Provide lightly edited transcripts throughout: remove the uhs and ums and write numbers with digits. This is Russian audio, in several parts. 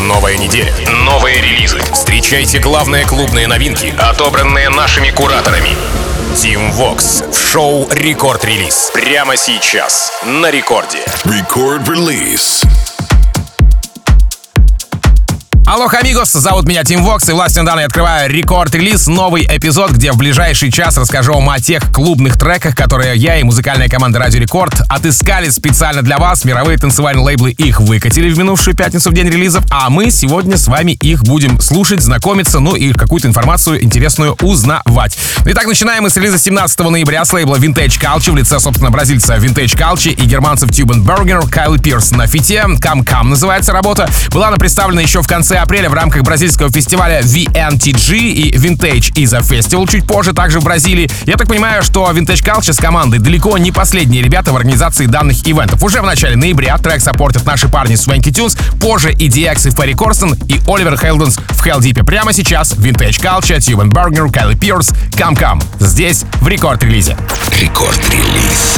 Новая неделя, новые релизы. Встречайте главные клубные новинки, отобранные нашими кураторами. Team Vox в шоу «Рекорд-релиз». Прямо сейчас на рекорде. Рекорд-релиз. Алло, амигос, зовут меня Team Vox, и властью данной открываю рекорд-релиз, новый эпизод, где в ближайший час расскажу вам о тех клубных треках, которые я и музыкальная команда Радио Рекорд отыскали специально для вас. Мировые танцевальные лейблы их выкатили в минувшую пятницу в день релизов, а мы сегодня с вами их будем слушать, знакомиться, ну и какую-то информацию интересную узнавать. Итак, начинаем мы с релиза 17 ноября с лейбла Vintage Culture в лице, собственно, бразильца Vintage Culture и германцев Tuben Berger, Кайли Пирс на фите. Come Come называется работа. Была она представлена еще в конце апреля в рамках бразильского фестиваля VNTG и Vintage Isa Festival чуть позже, также в Бразилии. Я так понимаю, что Vintage Culture с командой далеко не последние ребята в организации данных ивентов. Уже в начале ноября трек саппортят наши парни Swanky Tunes, позже EDX и Ферри Корстен и Оливер Хелденс в Hell Deep. Прямо сейчас Vintage Culture, Tuben Berger, Кайли Пирс, Come Come. Здесь в рекорд-релизе. Рекорд-релиз.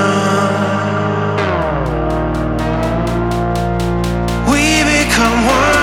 Come on.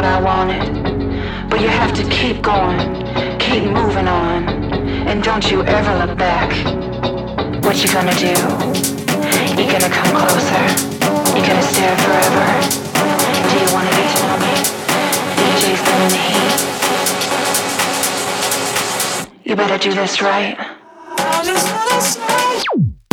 I wanted. But you have to keep going, keep moving on, and don't you ever look back. What you gonna do? You gonna come closer? You gonna stare forever? Do you wanna get to know me? DJ's bringing the heat. You better do this right. I just wanna say.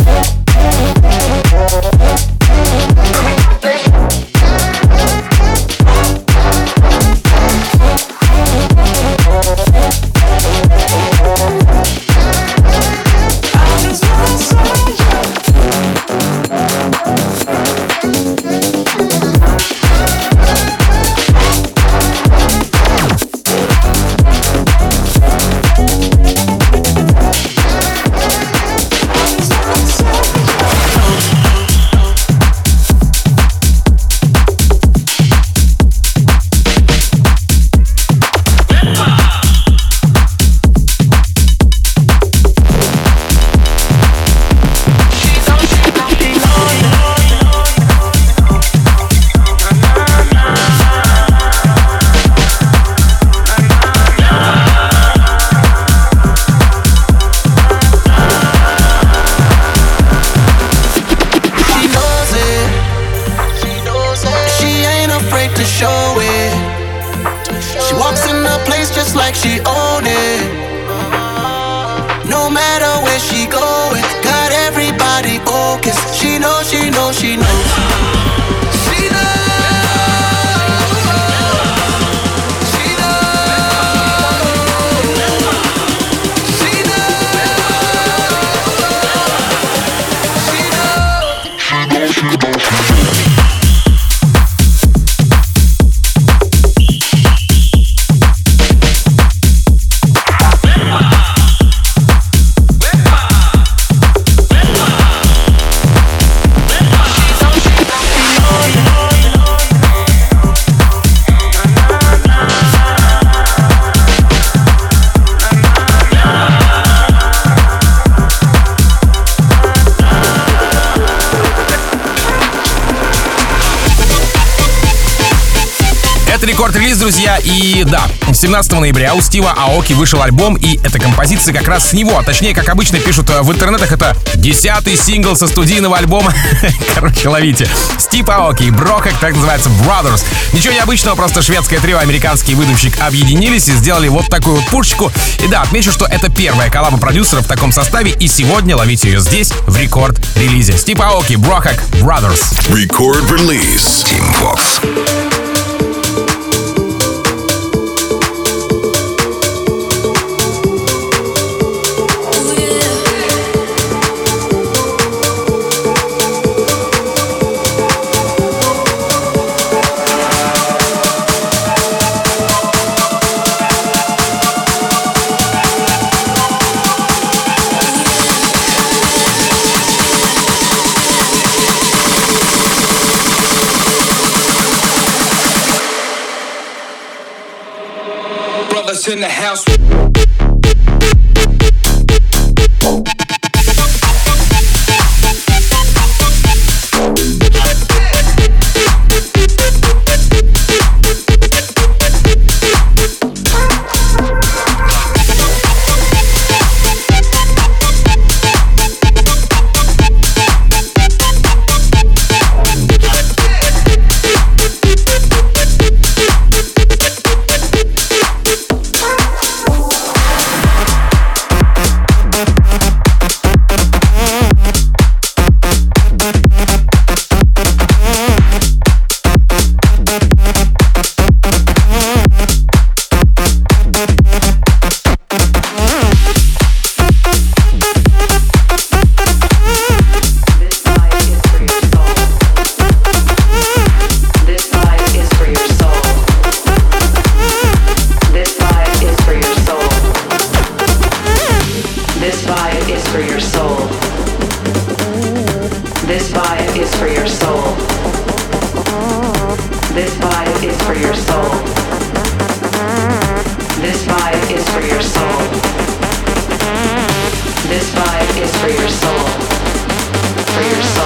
Рекорд-релиз, друзья, и да, 17 ноября у Стива Аоки вышел альбом, и эта композиция как раз с него, а точнее, как обычно пишут в интернетах, это 10-й сингл со студийного альбома. Короче, ловите. Стив Аоки и Брокок, так называется, Brothers. Ничего необычного, просто шведское трио, американский выдумщик объединились и сделали вот такую вот пушечку. И да, отмечу, что это первая коллаба продюсеров в таком составе, и сегодня ловите ее здесь, в рекорд-релизе. Стив Аоки, Брокок, Brothers. Рекорд-релиз. Team Vox. In the house.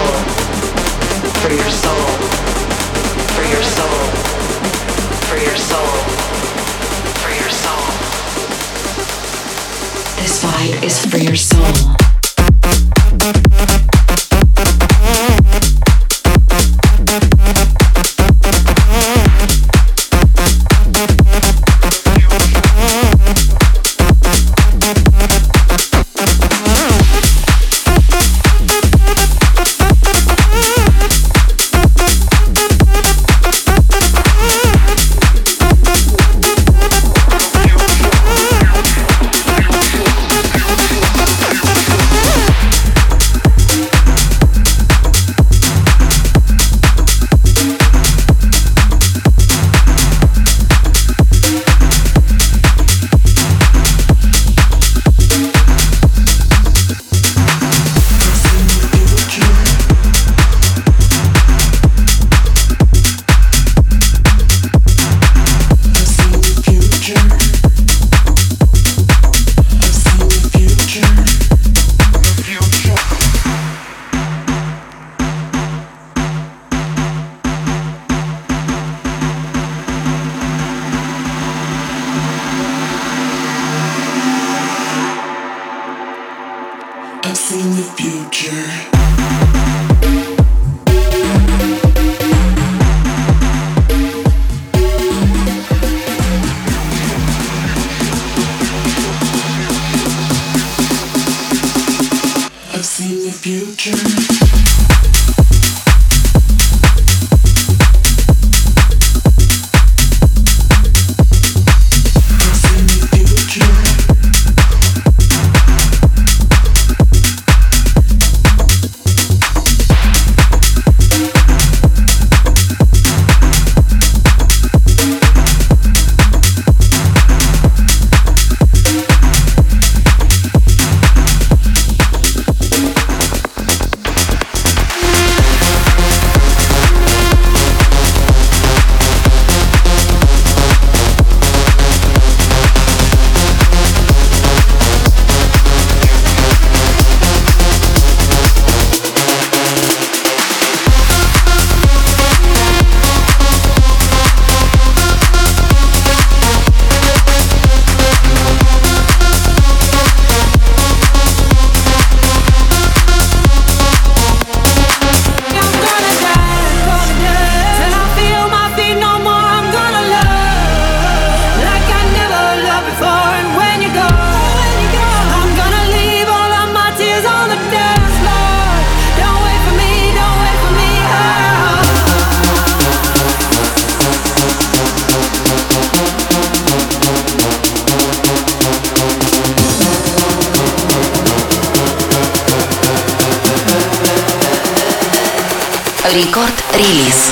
For your soul. soul. For your soul. This vibe is for your soul. Рекорд-релиз.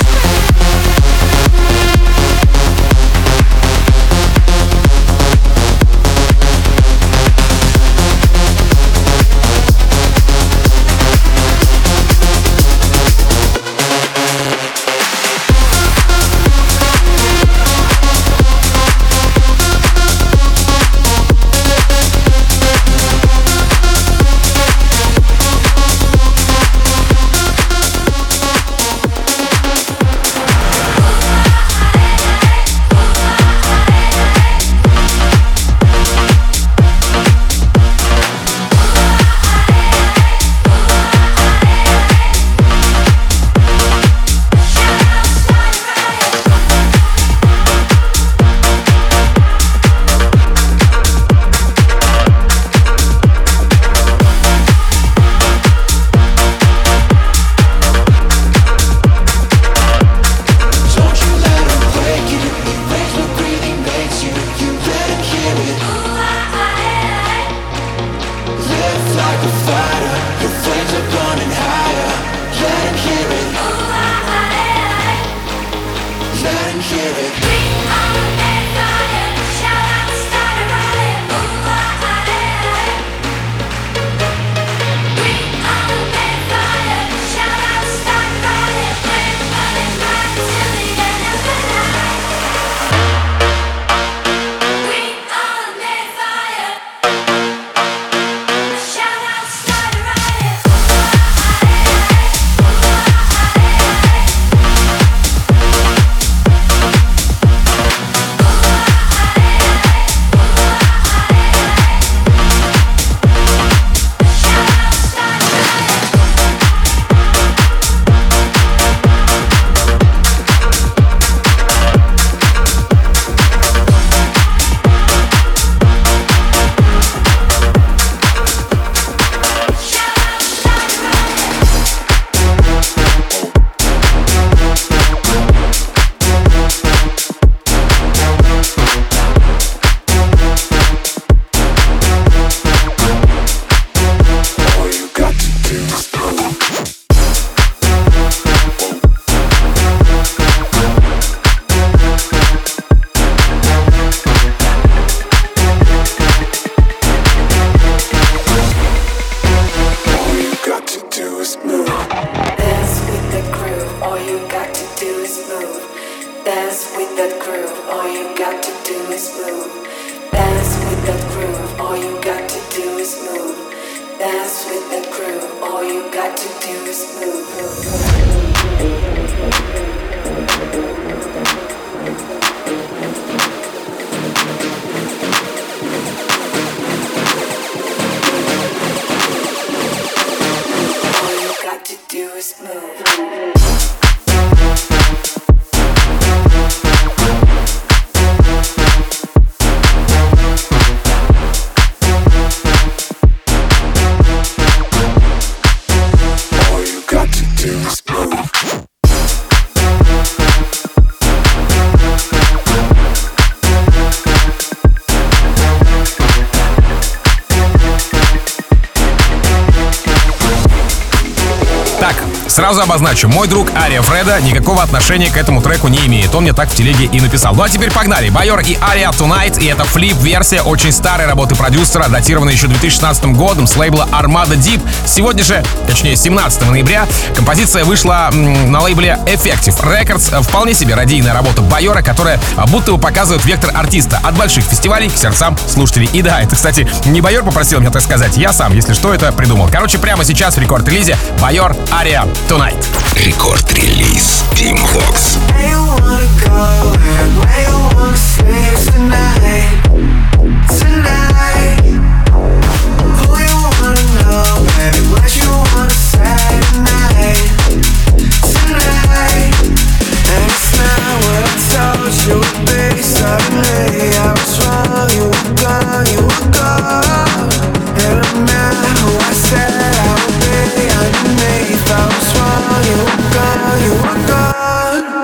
Сразу обозначу, мой друг Ария Фреда никакого отношения к этому треку не имеет. Он мне так в телеге и написал. Ну а теперь погнали. Байор и Ария Tonight, и это флип-версия очень старой работы продюсера, датированной еще 2016 годом с лейбла Armada Deep. Сегодня же, точнее 17 ноября, композиция вышла на лейбле Effective Records. Вполне себе радийная работа Байора, которая будто бы показывает вектор артиста от больших фестивалей к сердцам слушателей. И да, это, кстати, не Байор попросил меня так сказать, я сам, если что, это придумал. Короче, прямо сейчас в рекорд-релизе Байор, Ария Tonight. Рекорд-релиз Team Vox.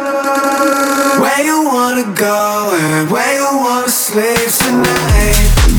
Where you wanna go and where you wanna sleep tonight?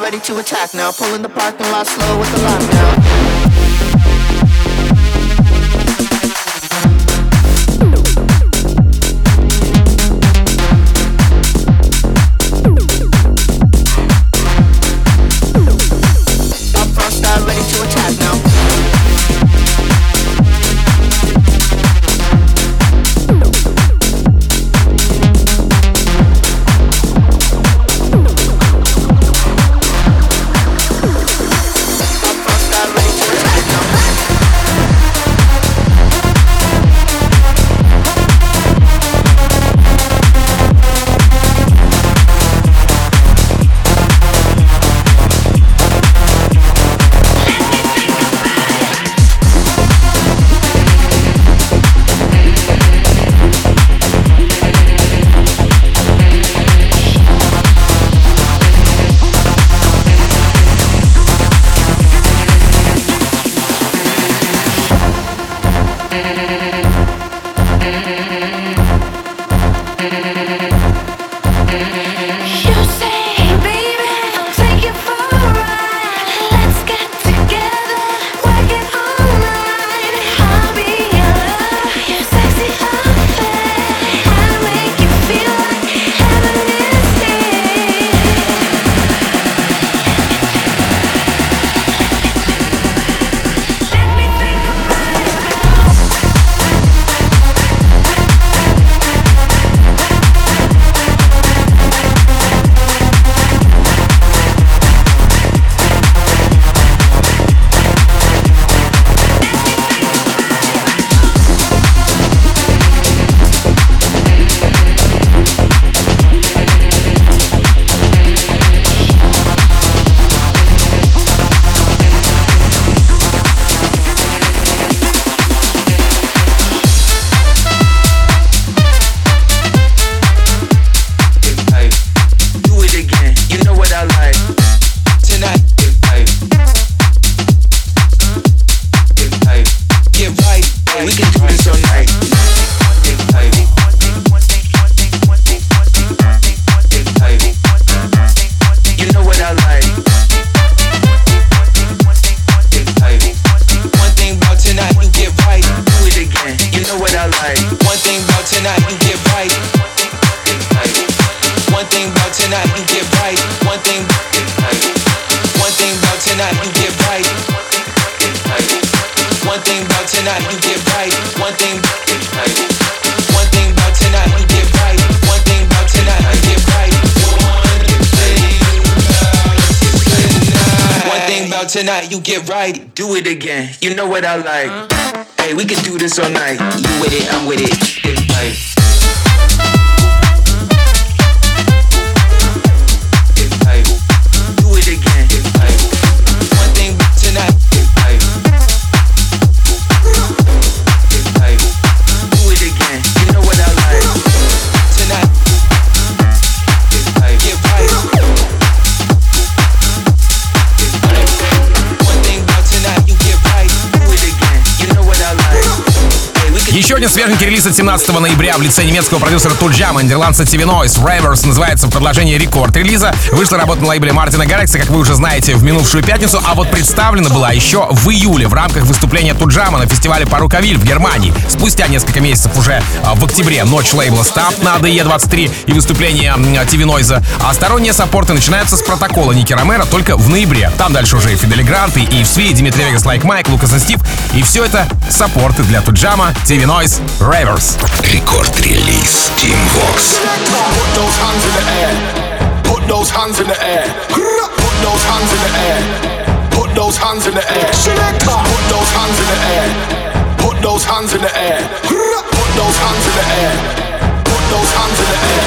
ready to attack now. Pulling the parking lot slow with the lockdown. Tonight you get right, do it again. You know what I like. Hey, we can do this all night. You with it, I'm with it. Get right. Еще один свеженький релиз от 17 ноября в лице немецкого продюсера Tujama, нидерландца Tivinoise, Ravers, называется в продолжении рекорд-релиза. Вышла работа на лейбле Мартина Гаррикса, как вы уже знаете, в минувшую пятницу, а вот представлена была еще в июле в рамках выступления Tujama на фестивале Парукавиль в Германии. Спустя несколько месяцев уже в октябре ночь лейбла Stamp на DE23 и выступление Tivinoise. А сторонние саппорты начинаются с протокола Ники Ромеро только в ноябре. Там дальше уже и Фидели Грант, и Eve, Дмитрий Вегас, Like Mike, Лукас и Стив. И все это саппорты для Tujama, Tivinoise, Ravers. Рекорд-релиз Team Vox. Put those hands in the air. Put those hands in the air. Put those hands in the air. Put those hands in the air. Put those hands in the air. Put those hands in the air. Put those hands in the air. Put those hands in the air.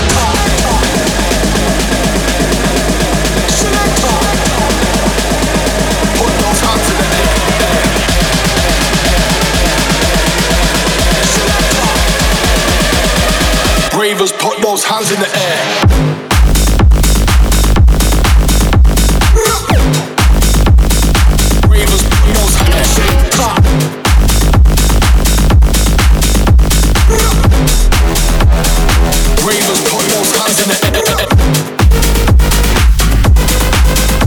Put those hands in the air. Ravers, put those hands in the air. Ravers, put those hands in the air. Ravers, put those hands in the air.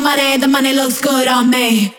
the money looks good on me.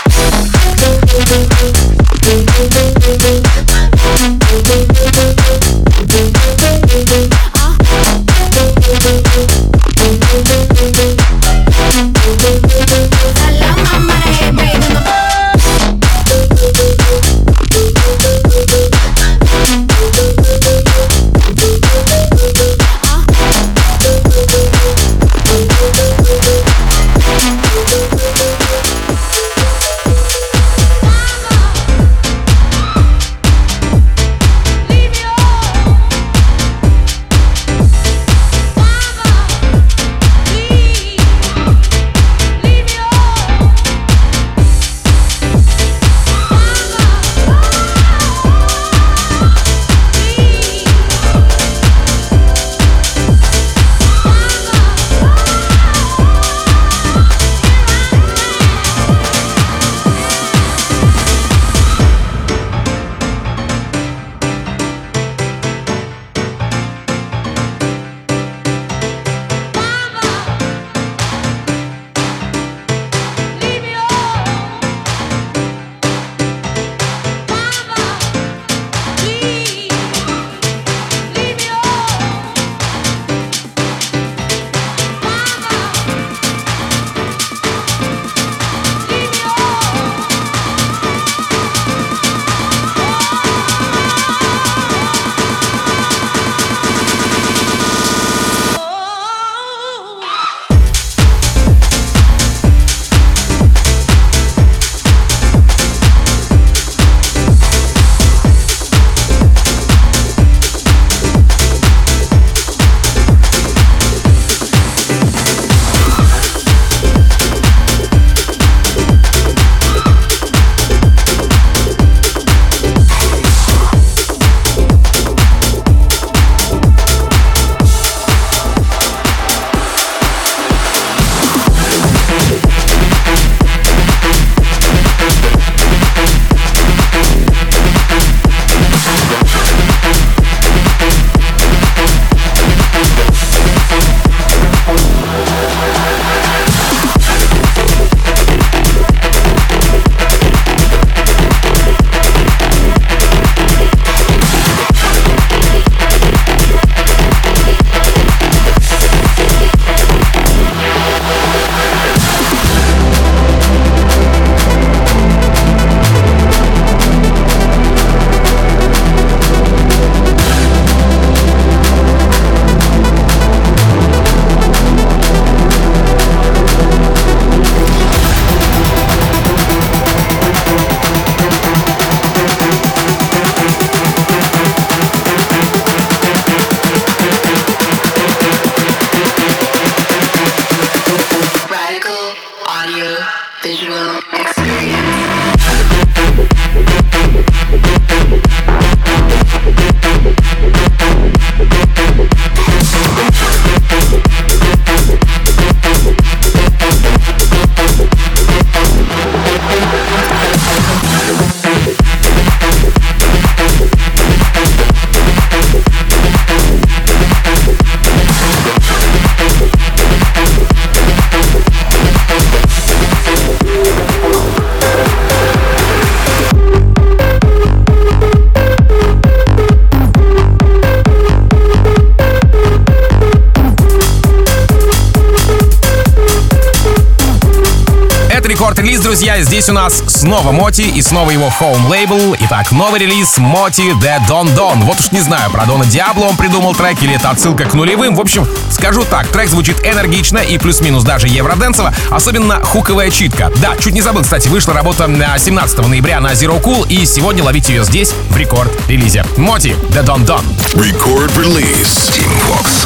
Рекорд-релиз, друзья, здесь у нас снова Моти и снова его Home Label. Итак, новый релиз Моти The Don Don. Вот уж не знаю, про Дона Диабло он придумал трек или это отсылка к нулевым. В общем, скажу так, трек звучит энергично и плюс-минус даже евроденсово, особенно хуковая читка. Да, чуть не забыл, кстати, вышла работа 17 ноября на Zero Cool, и сегодня ловите ее здесь, в рекорд-релизе. Моти The Don Don. Рекорд-релиз Team Vox.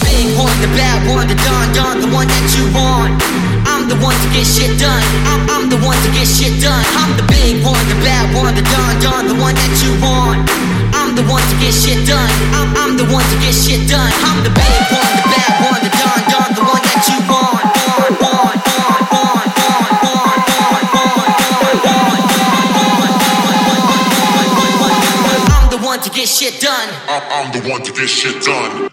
I'm the one to get shit done. I'm the one to get shit done. I'm the big one, the bad one, the don, the one that you want. I'm the one to get shit done. I'm the one to get shit done. I'm the big one, the bad one, the don, the one that you want. I'm the one to get shit done. I'm the one to get shit done.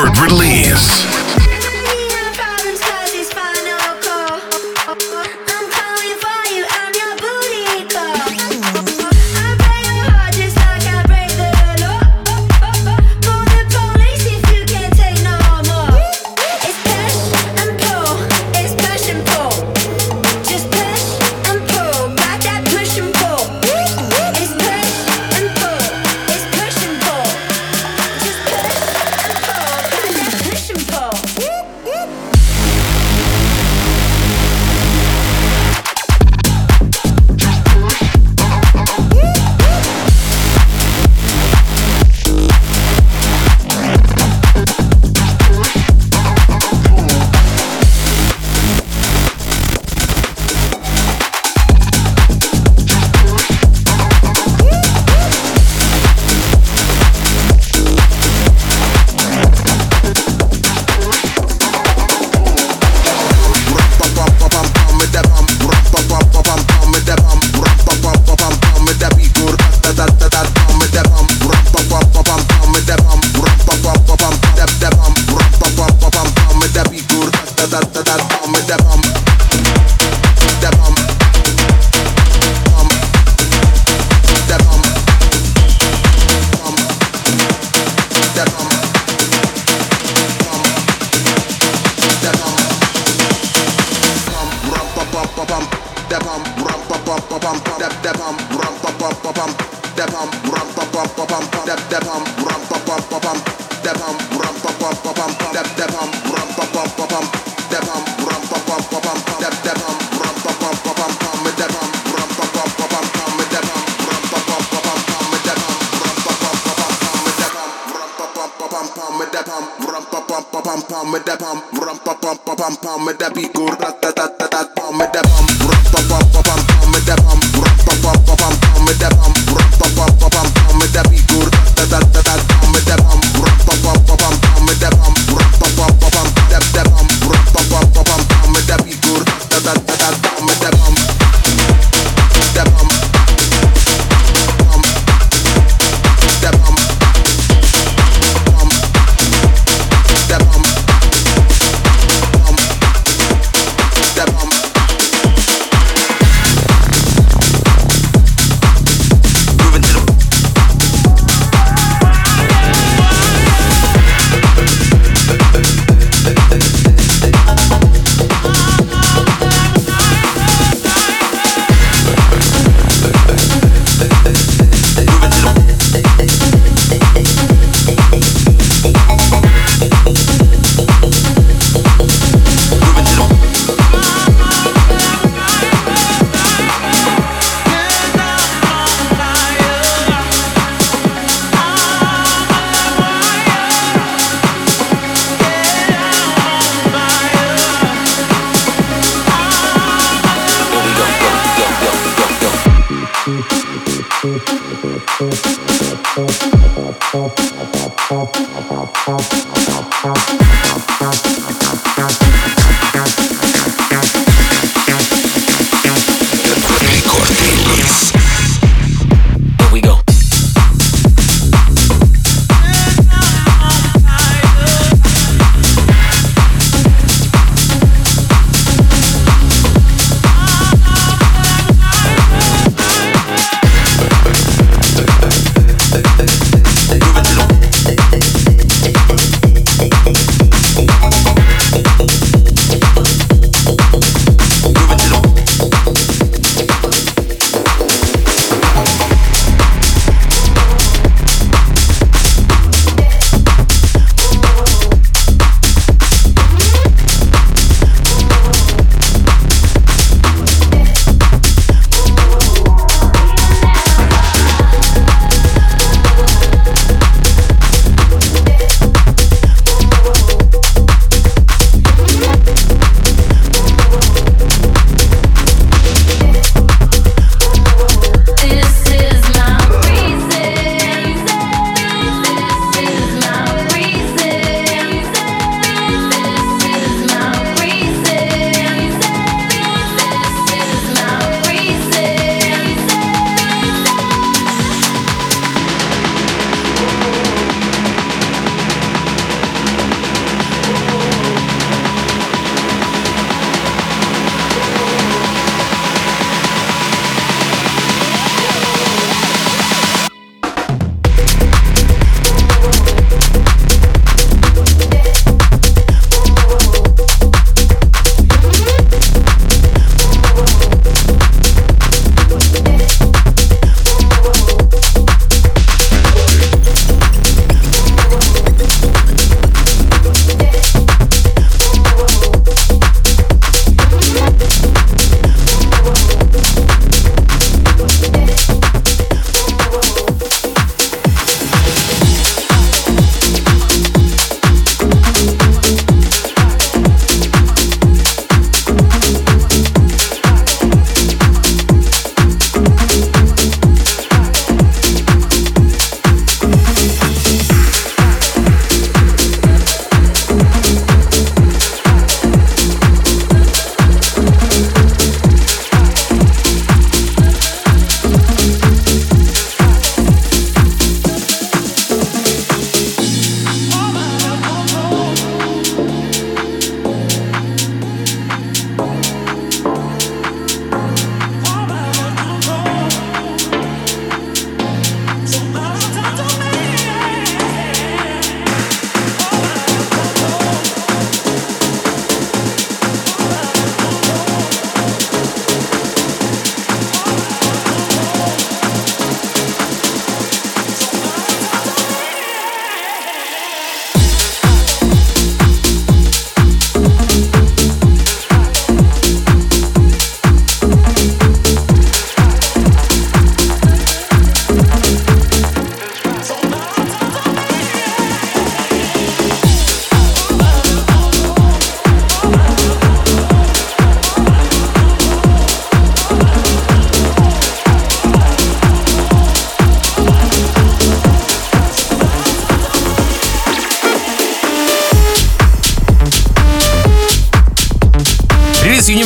Record release.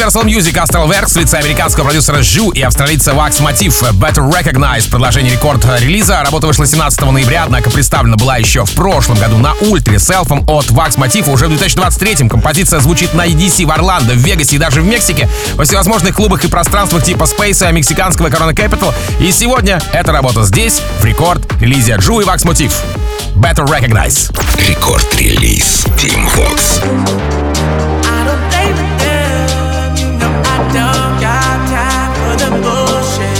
Universal Music Astral Works в лице американского продюсера Ju и австралийца Wax Motif Better Recognize. Продолжение рекорд-релиза. Работа вышла 17 ноября, однако представлена была еще в прошлом году на Ультре селфом от Wax Motif. Уже в 2023-м композиция звучит на EDC в Орландо, в Вегасе и даже в Мексике, во всевозможных клубах и пространствах типа Space, мексиканского Corona Capital. И сегодня эта работа здесь, в рекорд-релизе Ju и Wax Motif. Better Recognize. Рекорд-релиз Team Vox. Don't got time for the bullshit.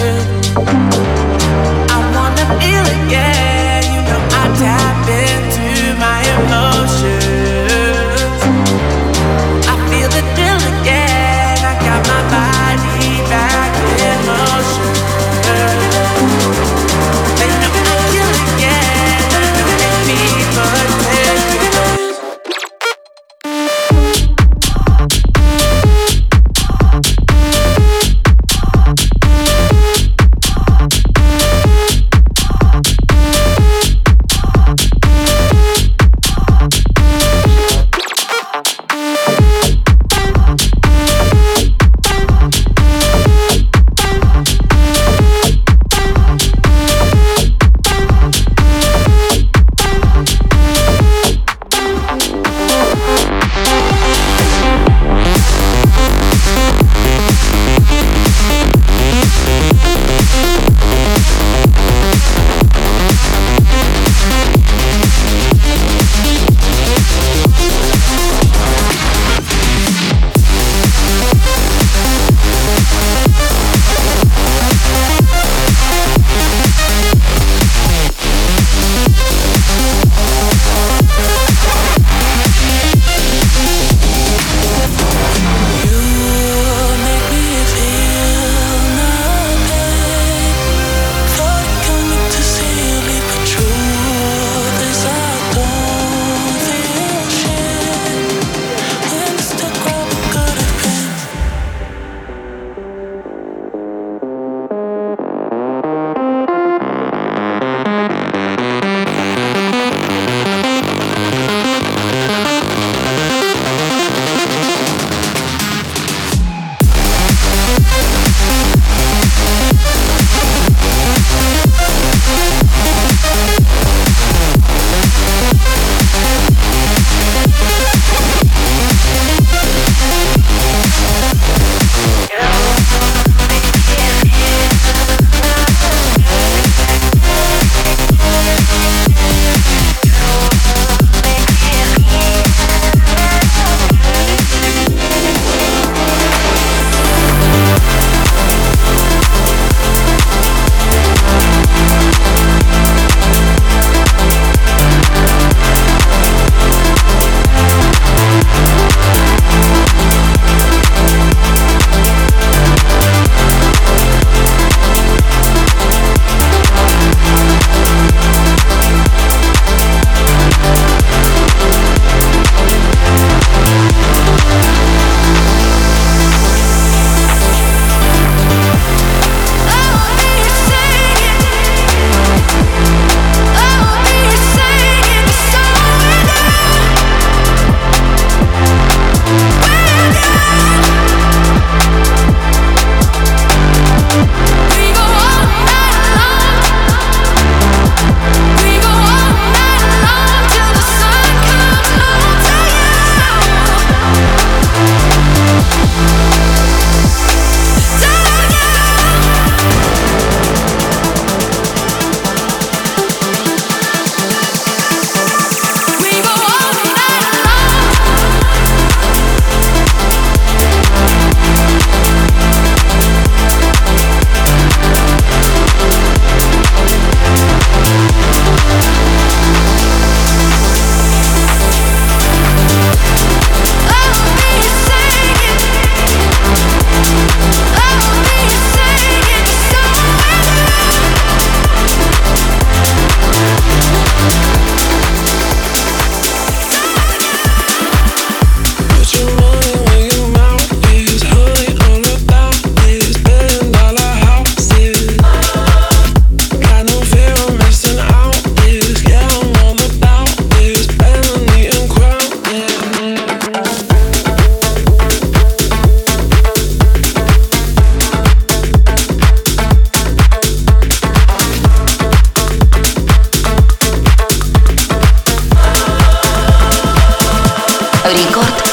I wanna feel it, yeah. You know I tap into my emotions. I feel the thrill again. I got my body back in motion. They know I kill again. I know they people take it.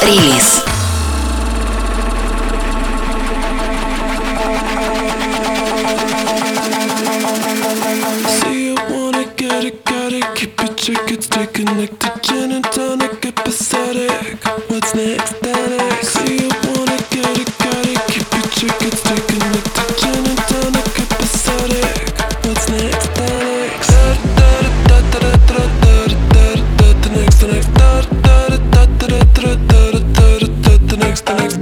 Рекорд-релиз. Tickets, stay connected, gin and tonic, episodic. What's next? That see you wanna get it, got it. Keep your tickets, stay connected, gin and tonic, episodic. What's next? That the next, the next, the next, the next.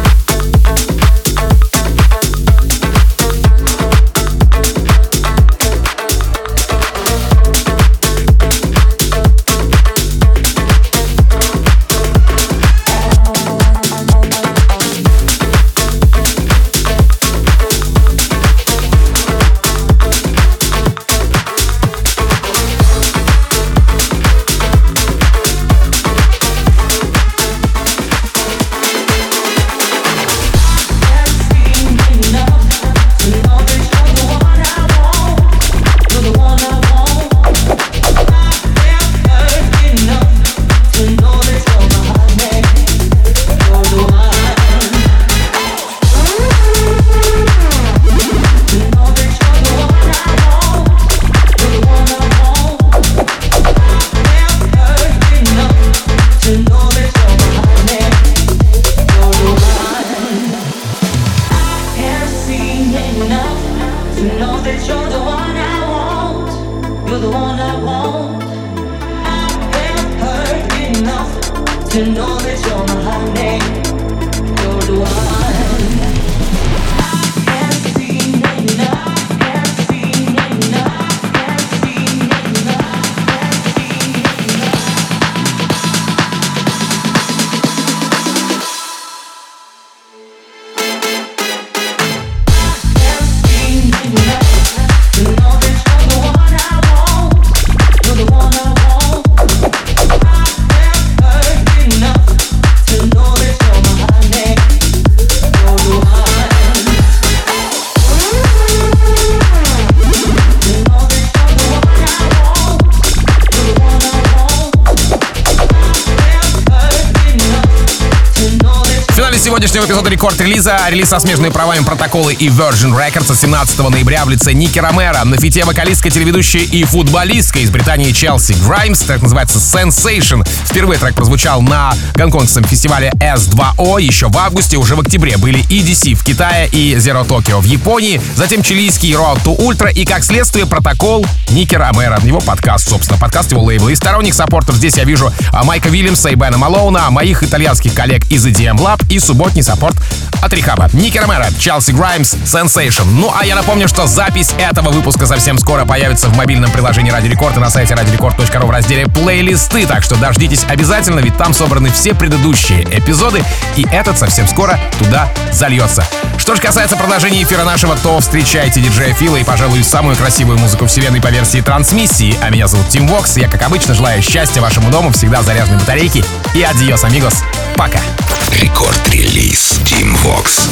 Сегодняшнего эпизода рекорд-релиза релиз со смежными правами Протоколы и Virgin Records от 17 ноября в лице Ники Ромеро. На фите вокалистка, телеведущая и футболистка из Британии Челси Граймс, трек называется Sensation. Впервые трек прозвучал на гонконгском фестивале S2O еще в августе. Уже в октябре были EDC в Китае и Zero Tokyo в Японии. Затем чилийский Road to Ultra и, как следствие, Протокол Ники Ромеро. Его подкаст, собственно, подкаст его лейбла. И сторонних саппортов здесь я вижу Майка Вильямса и Бена Малоуна, моих итальянских коллег из EDM Lab и субботний саппорт от Рихаба. Ники Ромеро, Челси Граймс, Sensation. Ну а я напомню, что запись этого выпуска совсем скоро появится в мобильном приложении Радио Рекорд и на сайте radiorecord.ru в разделе «Плейлисты». Так что дождитесь обязательно, ведь там собраны все предыдущие эпизоды, и этот совсем скоро туда зальется. Что же касается продолжения эфира нашего, то встречайте диджея Фила и, пожалуй, самую красивую музыку вселенной по версии трансмиссии. А меня зовут Тим Вокс. Я, как обычно, желаю счастья вашему дому, всегда заряженной батарейки. И адьос, амигос. Пока. Рекорд-релиз Team Vox.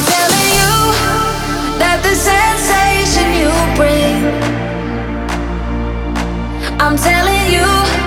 I'm telling you